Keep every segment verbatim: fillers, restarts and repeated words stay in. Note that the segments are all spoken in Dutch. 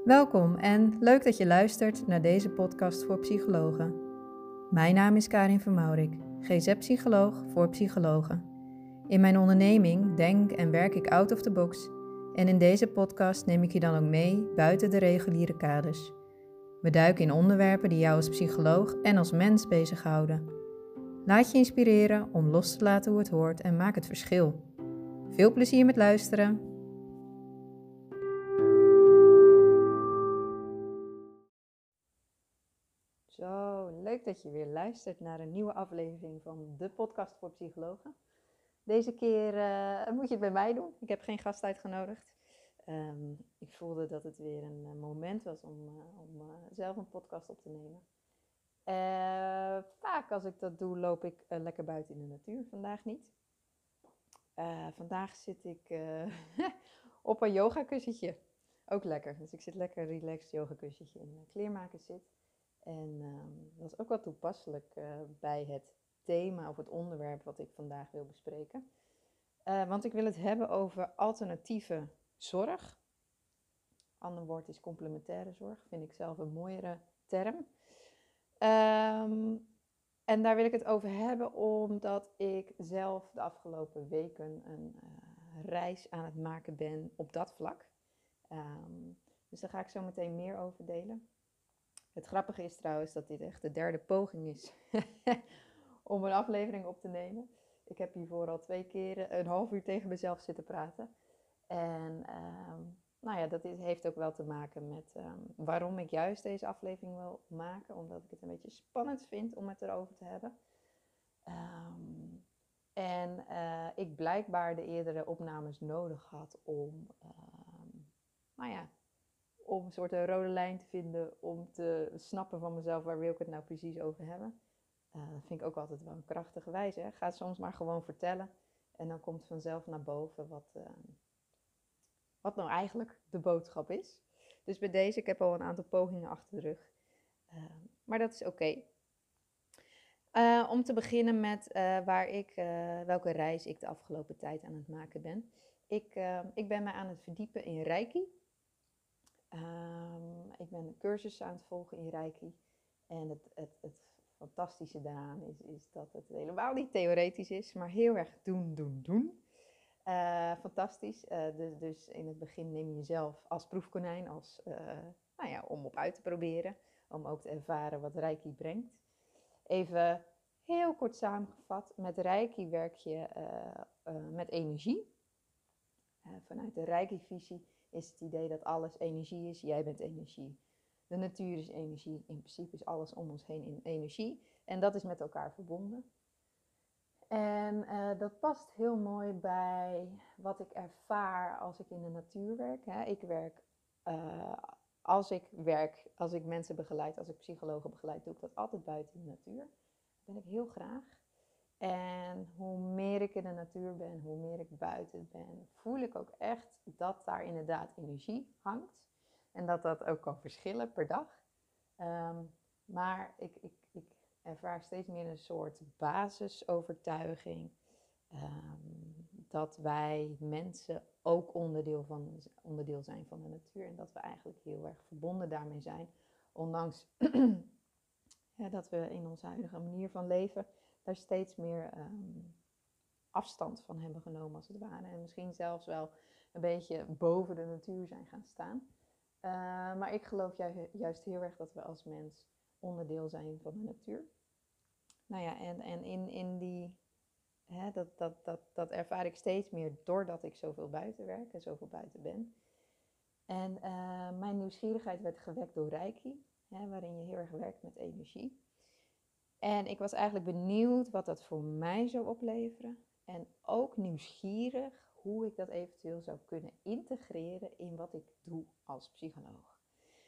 Welkom en leuk dat je luistert naar deze podcast voor psychologen. Mijn naam is Karin Vermaurik, G Z-psycholoog voor psychologen. In mijn onderneming denk en werk ik out of the box en in deze podcast neem ik je dan ook mee buiten de reguliere kaders. We duiken in onderwerpen die jou als psycholoog en als mens bezighouden. Laat je inspireren om los te laten hoe het hoort en maak het verschil. Veel plezier met luisteren! Zo, leuk dat je weer luistert naar een nieuwe aflevering van de podcast voor psychologen. Deze keer uh, moet je het bij mij doen. Ik heb geen gast uitgenodigd. Um, ik voelde dat het weer een uh, moment was om, uh, om uh, zelf een podcast op te nemen. Uh, vaak als ik dat doe, loop ik uh, lekker buiten in de natuur. Vandaag niet. Uh, vandaag zit ik uh, op een yogakussentje. Ook lekker. Dus ik zit lekker relaxed yogakussentje in een kleermakerszit. En um, dat is ook wel toepasselijk uh, bij het thema of het onderwerp wat ik vandaag wil bespreken. Uh, want ik wil het hebben over alternatieve zorg. Ander woord is complementaire zorg. Vind ik zelf een mooiere term. Um, en daar wil ik het over hebben omdat ik zelf de afgelopen weken een uh, reis aan het maken ben op dat vlak. Um, dus daar ga ik zo meteen meer over delen. Het grappige is trouwens dat dit echt de derde poging is om een aflevering op te nemen. Ik heb hiervoor al twee keer een half uur tegen mezelf zitten praten. En um, nou ja, dat is, heeft ook wel te maken met um, waarom ik juist deze aflevering wil maken. Omdat ik het een beetje spannend vind om het erover te hebben. Um, en uh, ik blijkbaar de eerdere opnames nodig had om, um, nou ja... om een soort een rode lijn te vinden, om te snappen van mezelf, waar wil ik het nou precies over hebben. Uh, dat vind ik ook altijd wel een krachtige wijze. Hè? Ga het soms maar gewoon vertellen en dan komt vanzelf naar boven wat, uh, wat nou eigenlijk de boodschap is. Dus bij deze, ik heb al een aantal pogingen achter de rug. Uh, maar dat is oké. Okay. Uh, om te beginnen met uh, waar ik, uh, welke reis ik de afgelopen tijd aan het maken ben. Ik, uh, ik ben me aan het verdiepen in Reiki. Um, ik ben een cursus aan het volgen in Reiki. En het, het, het fantastische daaraan is, is dat het helemaal niet theoretisch is, maar heel erg doen, doen, doen. Uh, fantastisch. Uh, dus, dus in het begin neem je jezelf als proefkonijn, als, uh, nou ja, om op uit te proberen. Om ook te ervaren wat Reiki brengt. Even heel kort samengevat. Met Reiki werk je uh, uh, met energie. Uh, vanuit de Reiki-visie is het idee dat alles energie is. Jij bent energie. De natuur is energie. In principe is alles om ons heen in energie. En dat is met elkaar verbonden. En uh, dat past heel mooi bij wat ik ervaar als ik in de natuur werk. Hè. Ik werk, uh, als ik werk, als ik mensen begeleid, als ik psychologen begeleid, doe ik dat altijd buiten de natuur. Dat ben ik heel graag. En hoe meer ik in de natuur ben, hoe meer ik buiten ben, voel ik ook echt dat daar inderdaad energie hangt. En dat dat ook kan verschillen per dag. Um, maar ik, ik, ik ervaar steeds meer een soort basisovertuiging. Um, dat wij mensen ook onderdeel, van, onderdeel zijn van de natuur. En dat we eigenlijk heel erg verbonden daarmee zijn. Ondanks ja, dat we in onze huidige manier van leven daar steeds meer um, afstand van hebben genomen als het ware. En misschien zelfs wel een beetje boven de natuur zijn gaan staan. Uh, maar ik geloof ju- juist heel erg dat we als mens onderdeel zijn van de natuur. Nou ja, en, en in, in die, hè, dat, dat, dat, dat ervaar ik steeds meer doordat ik zoveel buiten werk en zoveel buiten ben. En uh, mijn nieuwsgierigheid werd gewekt door Reiki, hè, waarin je heel erg werkt met energie. En ik was eigenlijk benieuwd wat dat voor mij zou opleveren. En ook nieuwsgierig hoe ik dat eventueel zou kunnen integreren in wat ik doe als psycholoog.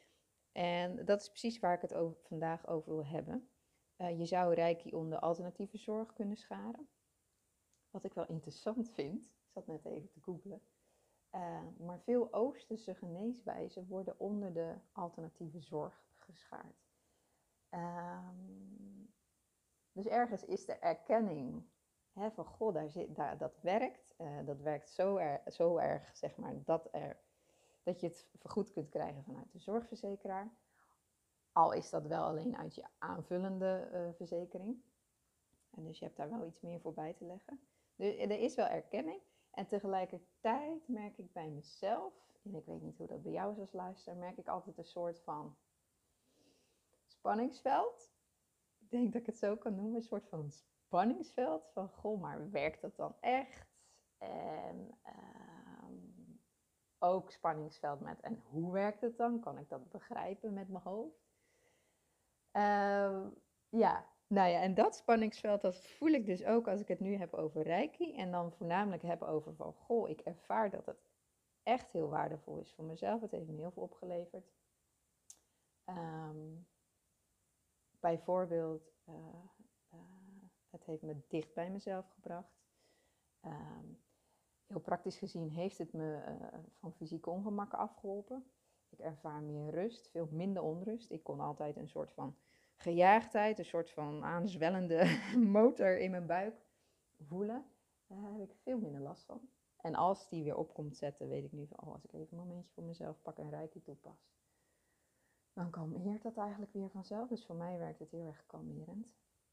En dat is precies waar ik het over, vandaag over wil hebben. Uh, je zou Reiki onder alternatieve zorg kunnen scharen. Wat ik wel interessant vind, ik zat net even te googlen. Uh, maar veel Oosterse geneeswijzen worden onder de alternatieve zorg geschaard. Um, Dus ergens is de erkenning hè, van, goh, daar zit, daar, dat werkt. Uh, dat werkt zo, er, zo erg, zeg maar, dat er dat je het vergoed kunt krijgen vanuit de zorgverzekeraar. Al is dat wel alleen uit je aanvullende uh, verzekering. En dus je hebt daar wel iets meer voor bij te leggen. Dus er is wel erkenning. En tegelijkertijd merk ik bij mezelf, en ik weet niet hoe dat bij jou is als luisteraar, merk ik altijd een soort van spanningsveld. Ik denk dat ik het zo kan noemen, een soort van spanningsveld. Van, goh, maar werkt dat dan echt? En uh, ook spanningsveld met, en hoe werkt het dan? Kan ik dat begrijpen met mijn hoofd? Uh, ja, nou ja, en dat spanningsveld, dat voel ik dus ook als ik het nu heb over Reiki. En dan voornamelijk heb over van, goh, ik ervaar dat het echt heel waardevol is voor mezelf. Het heeft me heel veel opgeleverd. Um, bijvoorbeeld, uh, uh, het heeft me dicht bij mezelf gebracht. Um, heel praktisch gezien heeft het me uh, van fysieke ongemakken afgeholpen. Ik ervaar meer rust, veel minder onrust. Ik kon altijd een soort van gejaagdheid, een soort van aanzwellende motor in mijn buik voelen. Daar heb ik veel minder last van. En als die weer op komt zetten, weet ik nu van, oh, als ik even een momentje voor mezelf pak en Reiki toepas, dan kalmeert dat eigenlijk weer vanzelf. Dus voor mij werkt het heel erg kalmerend.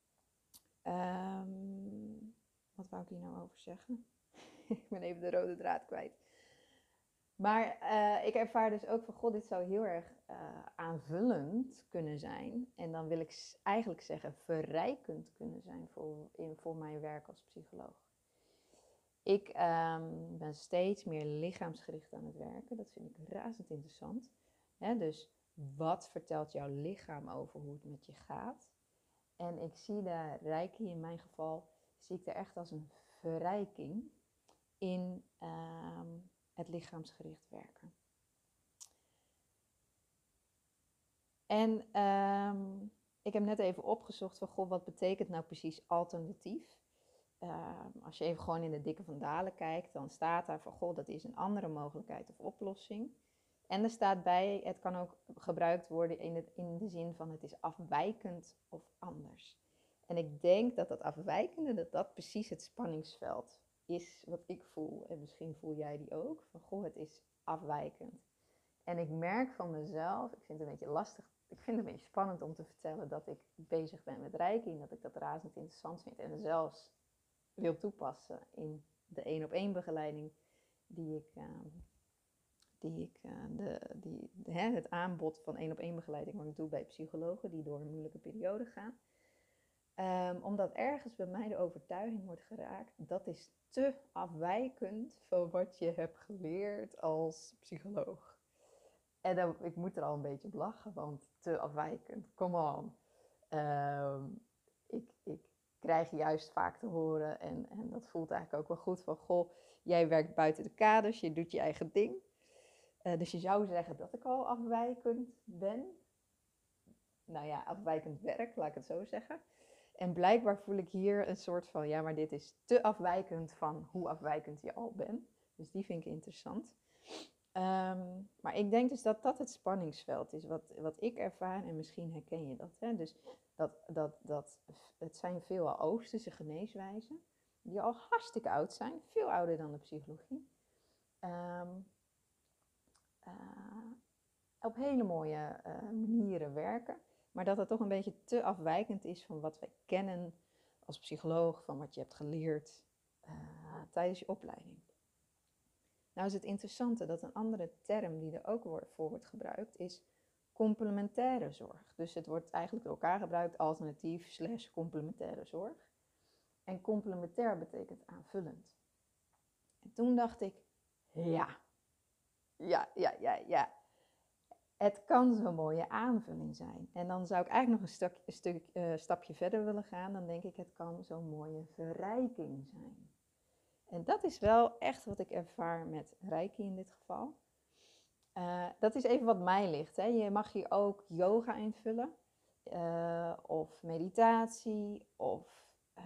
Um, wat wou ik hier nou over zeggen? Ik ben even de rode draad kwijt. Maar uh, ik ervaar dus ook van, god, dit zou heel erg uh, aanvullend kunnen zijn. En dan wil ik eigenlijk zeggen verrijkend kunnen zijn voor, in, voor mijn werk als psycholoog. Ik um, ben steeds meer lichaamsgericht aan het werken. Dat vind ik razend interessant. Hè, dus wat vertelt jouw lichaam over hoe het met je gaat? En ik zie de Reiki in mijn geval, zie ik er echt als een verrijking in um, het lichaamsgericht werken. En um, ik heb net even opgezocht van, goh, wat betekent nou precies alternatief? Uh, als je even gewoon in de dikke van Dalen kijkt, dan staat daar van, goh, dat is een andere mogelijkheid of oplossing. En er staat bij, het kan ook gebruikt worden in, het, in de zin van, het is afwijkend of anders. En ik denk dat dat afwijkende, dat dat precies het spanningsveld is wat ik voel. En misschien voel jij die ook, van, goh, het is afwijkend. En ik merk van mezelf, ik vind het een beetje lastig, ik vind het een beetje spannend om te vertellen dat ik bezig ben met Reiki en dat ik dat razend interessant vind en zelfs wil toepassen in de één op één begeleiding die ik, uh, die ik uh, de, die, de, hè, het aanbod van één op één begeleiding wat ik doe bij psychologen die door een moeilijke periode gaan. Um, omdat ergens bij mij de overtuiging wordt geraakt, dat is te afwijkend van wat je hebt geleerd als psycholoog. En dan, ik moet er al een beetje op lachen, want te afwijkend, come on. Um, ik, ik krijg juist vaak te horen, en, en dat voelt eigenlijk ook wel goed, van goh, jij werkt buiten de kaders, je doet je eigen ding. Uh, dus je zou zeggen dat ik al afwijkend ben. Nou ja, afwijkend werk, laat ik het zo zeggen. En blijkbaar voel ik hier een soort van, ja, maar dit is te afwijkend van hoe afwijkend je al bent. Dus die vind ik interessant. Um, maar ik denk dus dat dat het spanningsveld is, wat, wat ik ervaar, en misschien herken je dat. Hè? Dus dat, dat, dat, het zijn veelal Oosterse geneeswijzen, die al hartstikke oud zijn, veel ouder dan de psychologie. Um, uh, op hele mooie uh, manieren werken, maar dat het toch een beetje te afwijkend is van wat wij kennen als psycholoog, van wat je hebt geleerd uh, tijdens je opleiding. Nou is het interessante dat een andere term die er ook voor wordt gebruikt is complementaire zorg. Dus het wordt eigenlijk door elkaar gebruikt, alternatief slash complementaire zorg. En complementair betekent aanvullend. En toen dacht ik, ja, ja, ja, ja, ja. Het kan zo'n mooie aanvulling zijn. En dan zou ik eigenlijk nog een, stuk, een stuk, uh, stapje verder willen gaan. Dan denk ik, het kan zo'n mooie verrijking zijn. En dat is wel echt wat ik ervaar met Reiki in dit geval. Uh, dat is even wat mij ligt. Hè. Je mag hier ook yoga invullen. Uh, of meditatie. Of uh,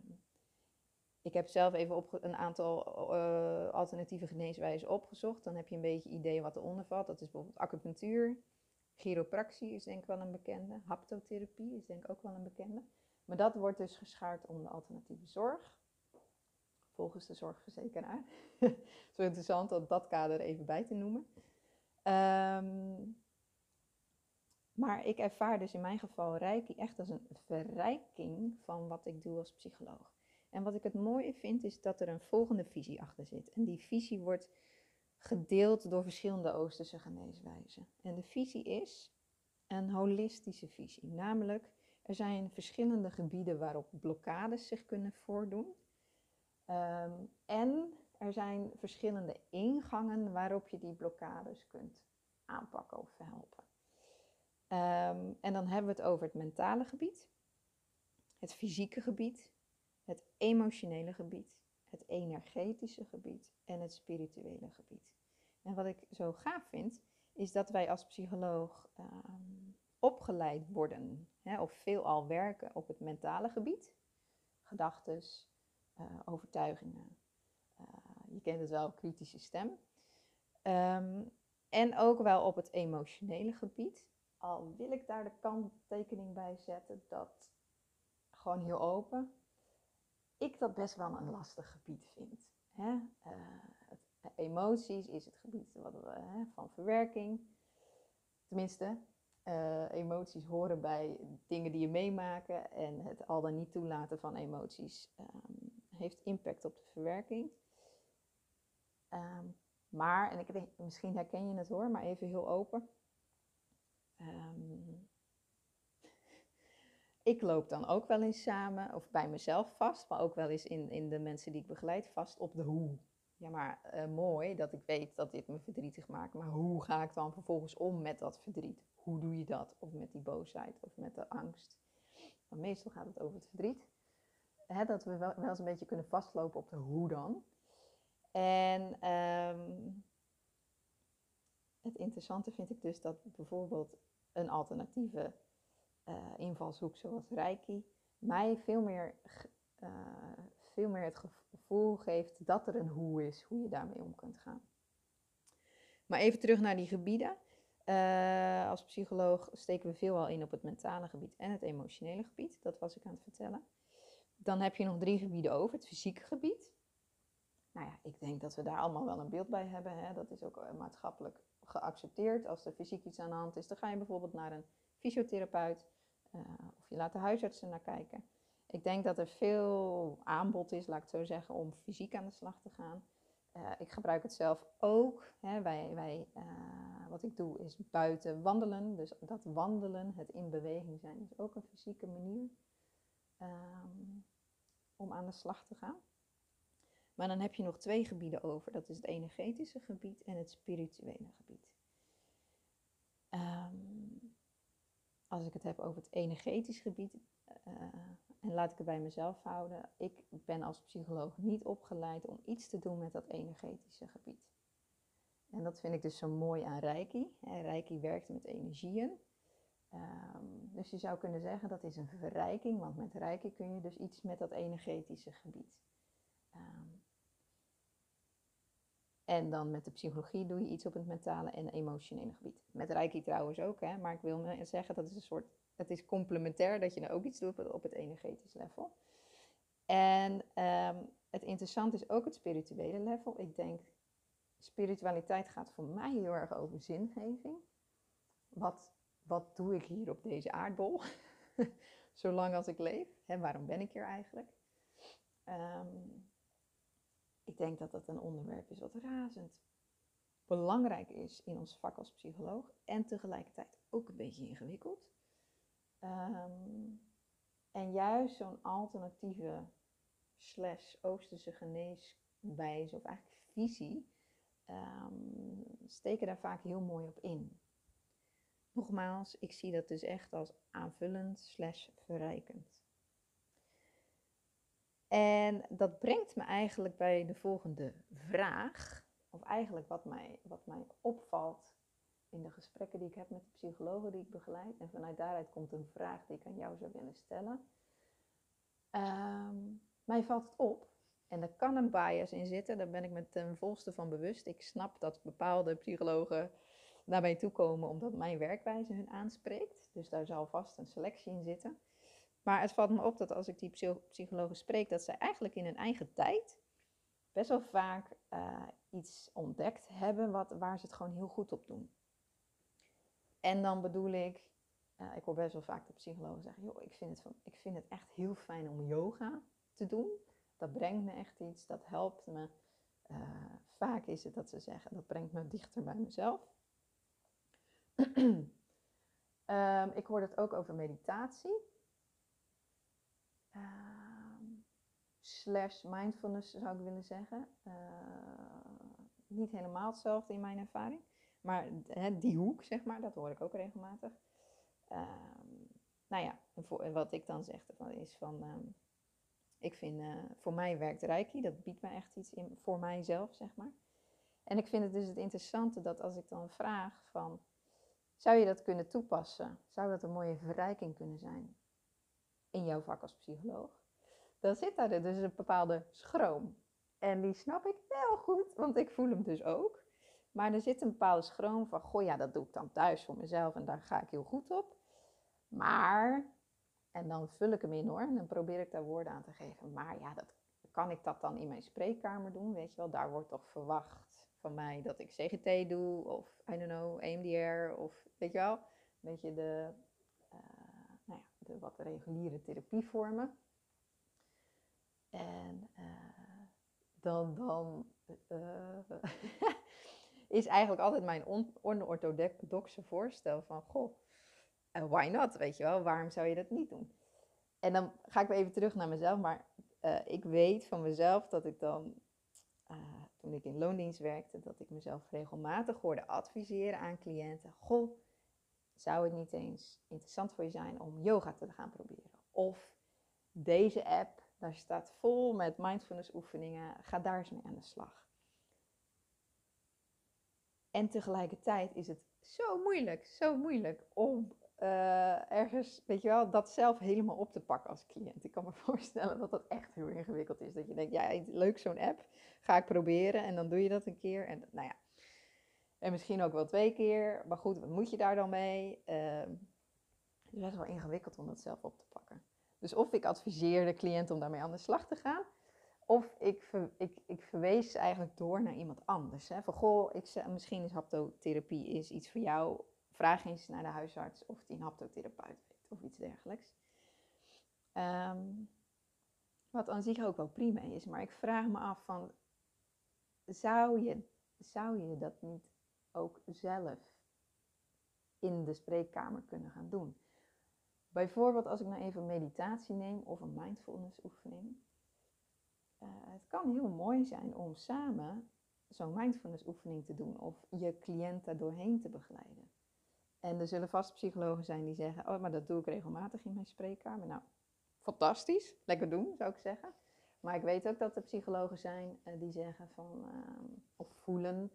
ik heb zelf even op een aantal uh, alternatieve geneeswijzen opgezocht. Dan heb je een beetje idee wat eronder valt. Dat is bijvoorbeeld acupunctuur. Chiropractie is denk ik wel een bekende. Haptotherapie is denk ik ook wel een bekende. Maar dat wordt dus geschaard onder de alternatieve zorg. Volgens de zorgverzekeraar. Zo interessant om dat kader even bij te noemen. Um, maar ik ervaar dus in mijn geval Reiki echt als een verrijking van wat ik doe als psycholoog. En wat ik het mooie vind is dat er een volgende visie achter zit. En die visie wordt gedeeld door verschillende Oosterse geneeswijzen. En de visie is een holistische visie. Namelijk, er zijn verschillende gebieden waarop blokkades zich kunnen voordoen. Um, en er zijn verschillende ingangen waarop je die blokkades kunt aanpakken of verhelpen. Um, en dan hebben we het over het mentale gebied, het fysieke gebied, het emotionele gebied, het energetische gebied en het spirituele gebied. En wat ik zo gaaf vind, is dat wij als psycholoog um, opgeleid worden, hè, of veelal werken op het mentale gebied. Gedachtes, uh, overtuigingen, uh, je kent het wel, kritische stem. Um, en ook wel op het emotionele gebied. Al wil ik daar de kanttekening bij zetten dat, gewoon heel open, ik dat best wel een lastig gebied vind. Hè? Uh, het, emoties is het gebied wat we, hè, van verwerking. Tenminste, uh, emoties horen bij dingen die je meemaken. En het al dan niet toelaten van emoties um, heeft impact op de verwerking. Um, maar, en ik denk, misschien herken je het hoor, maar even heel open. Um, ik loop dan ook wel eens samen, of bij mezelf vast, maar ook wel eens in, in de mensen die ik begeleid, vast op de hoe. Ja, maar uh, mooi dat ik weet dat dit me verdrietig maakt, maar hoe ga ik dan vervolgens om met dat verdriet? Hoe doe je dat? Of met die boosheid, of met de angst? Want meestal gaat het over het verdriet. Hè, dat we wel, wel eens een beetje kunnen vastlopen op de hoe dan. En um, het interessante vind ik dus dat bijvoorbeeld een alternatieve uh, invalshoek zoals Reiki mij veel meer, uh, veel meer het gevoel geeft dat er een hoe is, hoe je daarmee om kunt gaan. Maar even terug naar die gebieden. Uh, als psycholoog steken we veelal in op het mentale gebied en het emotionele gebied. Dat was ik aan het vertellen. Dan heb je nog drie gebieden over. Het fysieke gebied. Nou ja, ik denk dat we daar allemaal wel een beeld bij hebben. Hè? Dat is ook uh, maatschappelijk geaccepteerd. Als er fysiek iets aan de hand is, dan ga je bijvoorbeeld naar een fysiotherapeut. Uh, of je laat de huisartsen naar kijken. Ik denk dat er veel aanbod is, laat ik het zo zeggen, om fysiek aan de slag te gaan. Uh, ik gebruik het zelf ook. Hè? Wij, wij, uh, wat ik doe is buiten wandelen. Dus dat wandelen, het in beweging zijn, is ook een fysieke manier um, om aan de slag te gaan. Maar dan heb je nog twee gebieden over. Dat is het energetische gebied en het spirituele gebied. Um, als ik het heb over het energetisch gebied, uh, en laat ik het bij mezelf houden. Ik ben als psycholoog niet opgeleid om iets te doen met dat energetische gebied. En dat vind ik dus zo mooi aan Reiki. Reiki werkt met energieën. Um, dus je zou kunnen zeggen dat is een verrijking, want met Reiki kun je dus iets met dat energetische gebied. Um, En dan met de psychologie doe je iets op het mentale en emotionele gebied. Met Reiki trouwens ook, hè? Maar ik wil zeggen dat is een soort, het is complementair dat je er ook iets doet op het energetisch level. En um, het interessante is ook het spirituele level. Ik denk, spiritualiteit gaat voor mij heel erg over zingeving. Wat, wat doe ik hier op deze aardbol? Zolang als ik leef. Hè, waarom ben ik hier eigenlijk? Um, Ik denk dat dat een onderwerp is wat razend belangrijk is in ons vak als psycholoog. En tegelijkertijd ook een beetje ingewikkeld. Um, en juist zo'n alternatieve slash Oosterse geneeswijze of eigenlijk visie um, steken daar vaak heel mooi op in. Nogmaals, ik zie dat dus echt als aanvullend slash verrijkend. En dat brengt me eigenlijk bij de volgende vraag. Of eigenlijk wat mij, wat mij opvalt in de gesprekken die ik heb met de psychologen die ik begeleid. En vanuit daaruit komt een vraag die ik aan jou zou willen stellen. Um, mij valt het op. En er kan een bias in zitten. Daar ben ik me ten volste van bewust. Ik snap dat bepaalde psychologen naar mij toe komen omdat mijn werkwijze hun aanspreekt. Dus daar zal vast een selectie in zitten. Maar het valt me op dat als ik die psychologen spreek, dat zij eigenlijk in hun eigen tijd best wel vaak uh, iets ontdekt hebben wat, waar ze het gewoon heel goed op doen. En dan bedoel ik, uh, ik hoor best wel vaak de psychologen zeggen, joh, ik vind, het van, ik vind het echt heel fijn om yoga te doen. Dat brengt me echt iets, dat helpt me. Uh, vaak is het dat ze zeggen, dat brengt me dichter bij mezelf. um, ik hoor dat ook over meditatie. Um, slash mindfulness zou ik willen zeggen. Uh, niet helemaal hetzelfde in mijn ervaring. Maar he, die hoek, zeg maar, dat hoor ik ook regelmatig. Um, nou ja, en, voor, en wat ik dan zeg is van... Um, ik vind, uh, voor mij werkt Reiki. Dat biedt me echt iets in, voor mijzelf, zeg maar. En ik vind het dus het interessante dat als ik dan vraag van... Zou je dat kunnen toepassen? Zou dat een mooie verrijking kunnen zijn? In jouw vak als psycholoog? Dan zit daar dus een bepaalde schroom. En die snap ik heel goed, want ik voel hem dus ook. Maar er zit een bepaalde schroom van, goh ja, dat doe ik dan thuis voor mezelf en daar ga ik heel goed op. Maar, en dan vul ik hem in hoor, en dan probeer ik daar woorden aan te geven. Maar ja, dat, kan ik dat dan in mijn spreekkamer doen? Weet je wel, daar wordt toch verwacht van mij dat ik C G T doe, of I don't know, E M D R, of weet je wel, een beetje de, uh, nou ja, de wat reguliere therapievormen. En uh, dan, dan uh, is eigenlijk altijd mijn on- onorthodoxe voorstel van, goh, uh, why not, weet je wel, waarom zou je dat niet doen? En dan ga ik weer even terug naar mezelf, maar uh, ik weet van mezelf dat ik dan, uh, toen ik in loondienst werkte, dat ik mezelf regelmatig hoorde adviseren aan cliënten, goh, zou het niet eens interessant voor je zijn om yoga te gaan proberen? Of deze app, daar staat vol met mindfulness oefeningen, ga daar eens mee aan de slag. En tegelijkertijd is het zo moeilijk, zo moeilijk om uh, ergens, weet je wel, dat zelf helemaal op te pakken als cliënt. Ik kan me voorstellen dat dat echt heel ingewikkeld is. Dat je denkt, ja, leuk zo'n app, ga ik proberen en dan doe je dat een keer. En nou ja, en misschien ook wel twee keer. Maar goed, wat moet je daar dan mee? Uh, het is best wel ingewikkeld om dat zelf op te pakken. Dus of ik adviseer de cliënt om daarmee aan de slag te gaan, of ik, ver, ik, ik verwees eigenlijk door naar iemand anders. Hè. Van, goh, ik, misschien is haptotherapie is iets voor jou. Vraag eens naar de huisarts of die een haptotherapeut weet of iets dergelijks. Um, wat aan zich ook wel prima is. Maar ik vraag me af van, zou je, zou je dat niet ook zelf in de spreekkamer kunnen gaan doen? Bijvoorbeeld als ik nou even meditatie neem of een mindfulness oefening. Uh, het kan heel mooi zijn om samen zo'n mindfulness oefening te doen of je cliënt daar doorheen te begeleiden. En er zullen vast psychologen zijn die zeggen, oh, maar dat doe ik regelmatig in mijn spreekkamer. Nou, fantastisch, lekker doen zou ik zeggen. Maar ik weet ook dat er psychologen zijn uh, die zeggen van, um, of voelen,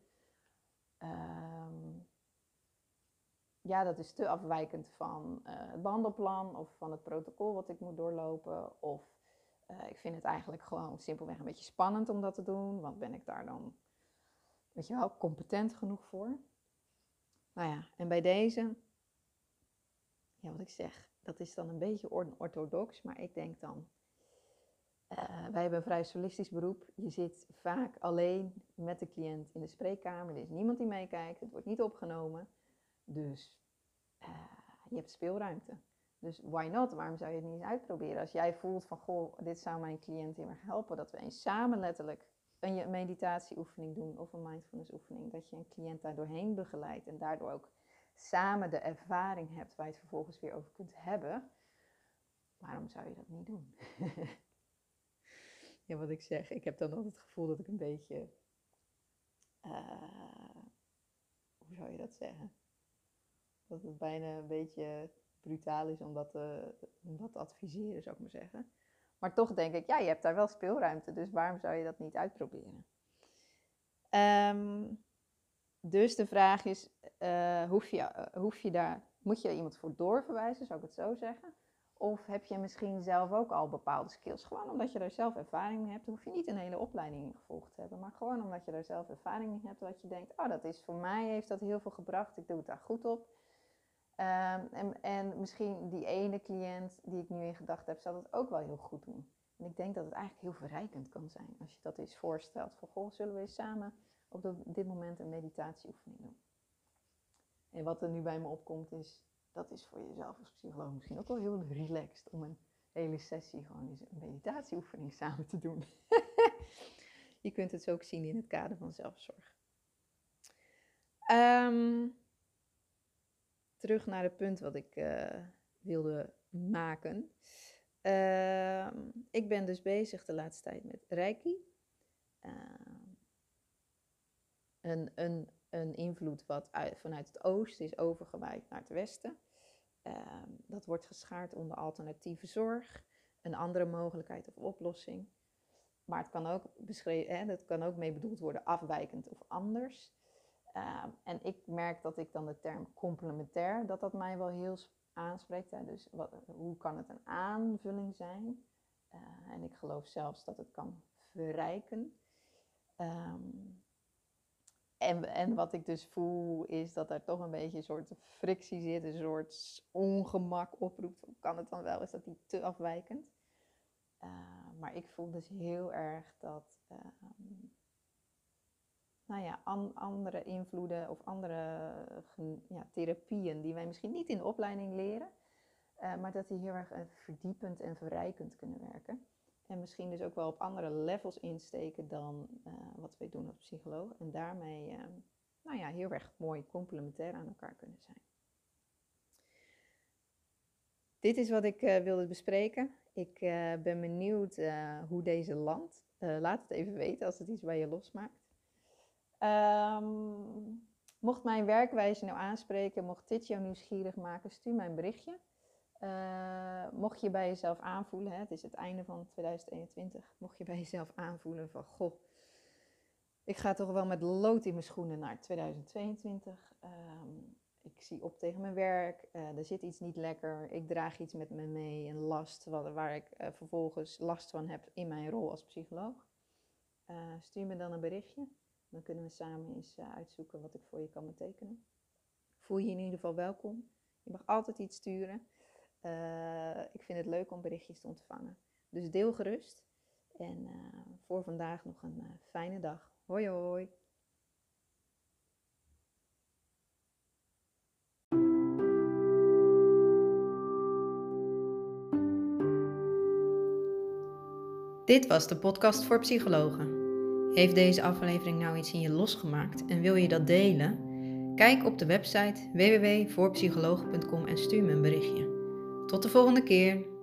um, ja, dat is te afwijkend van uh, het behandelplan of van het protocol wat ik moet doorlopen. Of uh, ik vind het eigenlijk gewoon simpelweg een beetje spannend om dat te doen. Want ben ik daar dan, weet je wel, competent genoeg voor? Nou ja, en bij deze, ja, wat ik zeg, dat is dan een beetje orthodox. Maar ik denk dan, uh, wij hebben een vrij solistisch beroep. Je zit vaak alleen met de cliënt in de spreekkamer. Er is niemand die meekijkt, het wordt niet opgenomen. Dus uh, je hebt speelruimte. Dus why not? Waarom zou je het niet eens uitproberen? Als jij voelt van, goh, dit zou mijn cliënt heel erg helpen. Dat we eens samen letterlijk een meditatieoefening doen of een mindfulness oefening. Dat je een cliënt daar doorheen begeleidt. En daardoor ook samen de ervaring hebt waar je het vervolgens weer over kunt hebben. Waarom zou je dat niet doen? Ja, wat ik zeg. Ik heb dan altijd het gevoel dat ik een beetje... Uh, hoe zou je dat zeggen? Dat het bijna een beetje brutaal is om dat, te, om dat te adviseren, zou ik maar zeggen. Maar toch denk ik, ja, je hebt daar wel speelruimte, dus waarom zou je dat niet uitproberen? Um, dus de vraag is, uh, hoef, je, uh, hoef je daar, moet je iemand voor doorverwijzen, zou ik het zo zeggen? Of heb je misschien zelf ook al bepaalde skills? Gewoon omdat je daar zelf ervaring mee hebt. Dan hoef je niet een hele opleiding in gevolgd te hebben. Maar gewoon omdat je daar zelf ervaring mee hebt. Dat je denkt, oh, dat is voor mij, heeft dat heel veel gebracht. Ik doe het daar goed op. Um, en, en misschien die ene cliënt die ik nu in gedachten heb, zal dat ook wel heel goed doen. En ik denk dat het eigenlijk heel verrijkend kan zijn als je dat eens voorstelt. Van goh, zullen we eens samen op de, dit moment een meditatieoefening doen? En wat er nu bij me opkomt is, dat is voor jezelf als psycholoog misschien ook wel heel relaxed om een hele sessie gewoon eens een meditatieoefening samen te doen. Je kunt het zo ook zien in het kader van zelfzorg. Um, terug naar het punt wat ik uh, wilde maken. Uh, ik ben dus bezig de laatste tijd met Reiki. Uh, een, een, een invloed wat uit, vanuit het oosten is overgewaaid naar het westen. Uh, dat wordt geschaard onder alternatieve zorg. Een andere mogelijkheid of oplossing. Maar het kan ook, beschreven, hè, dat kan ook mee bedoeld worden afwijkend of anders. Uh, en ik merk dat ik dan de term complementair, dat dat mij wel heel aanspreekt. Hè. Dus wat, hoe kan het een aanvulling zijn? Uh, en ik geloof zelfs dat het kan verrijken. Um, en, en wat ik dus voel is dat er toch een beetje een soort frictie zit, een soort ongemak oproept. Kan het dan wel? Is dat niet te afwijkend? Uh, maar ik voel dus heel erg dat uh, nou ja, an, andere invloeden of andere ja, therapieën die wij misschien niet in de opleiding leren, uh, maar dat die heel erg uh, verdiepend en verrijkend kunnen werken. En misschien dus ook wel op andere levels insteken dan uh, wat wij doen als psycholoog. En daarmee uh, nou ja, heel erg mooi complementair aan elkaar kunnen zijn. Dit is wat ik uh, wilde bespreken. Ik uh, ben benieuwd uh, hoe deze landt. Uh, laat het even weten als het iets bij je losmaakt. Um, mocht mijn werkwijze nou aanspreken, mocht dit jou nieuwsgierig maken, stuur mij een berichtje. Uh, mocht je bij jezelf aanvoelen, hè, het is het einde van tweeduizend eenentwintig, mocht je bij jezelf aanvoelen van, goh, ik ga toch wel met lood in mijn schoenen naar tweeduizend tweeëntwintig. Um, ik zie op tegen mijn werk, uh, er zit iets niet lekker, ik draag iets met me mee, een last wat, waar ik uh, vervolgens last van heb in mijn rol als psycholoog. Uh, stuur me dan een berichtje, dan kunnen we samen eens uh, uitzoeken wat ik voor je kan betekenen. Voel je je in ieder geval welkom, je mag altijd iets sturen. Uh, ik vind het leuk om berichtjes te ontvangen. Dus deel gerust. En uh, voor vandaag nog een uh, fijne dag. Hoi hoi. Dit was de podcast voor psychologen. Heeft deze aflevering nou iets in je losgemaakt en wil je dat delen? Kijk op de website w w w punt voor psychologen punt com en stuur me een berichtje. Tot de volgende keer!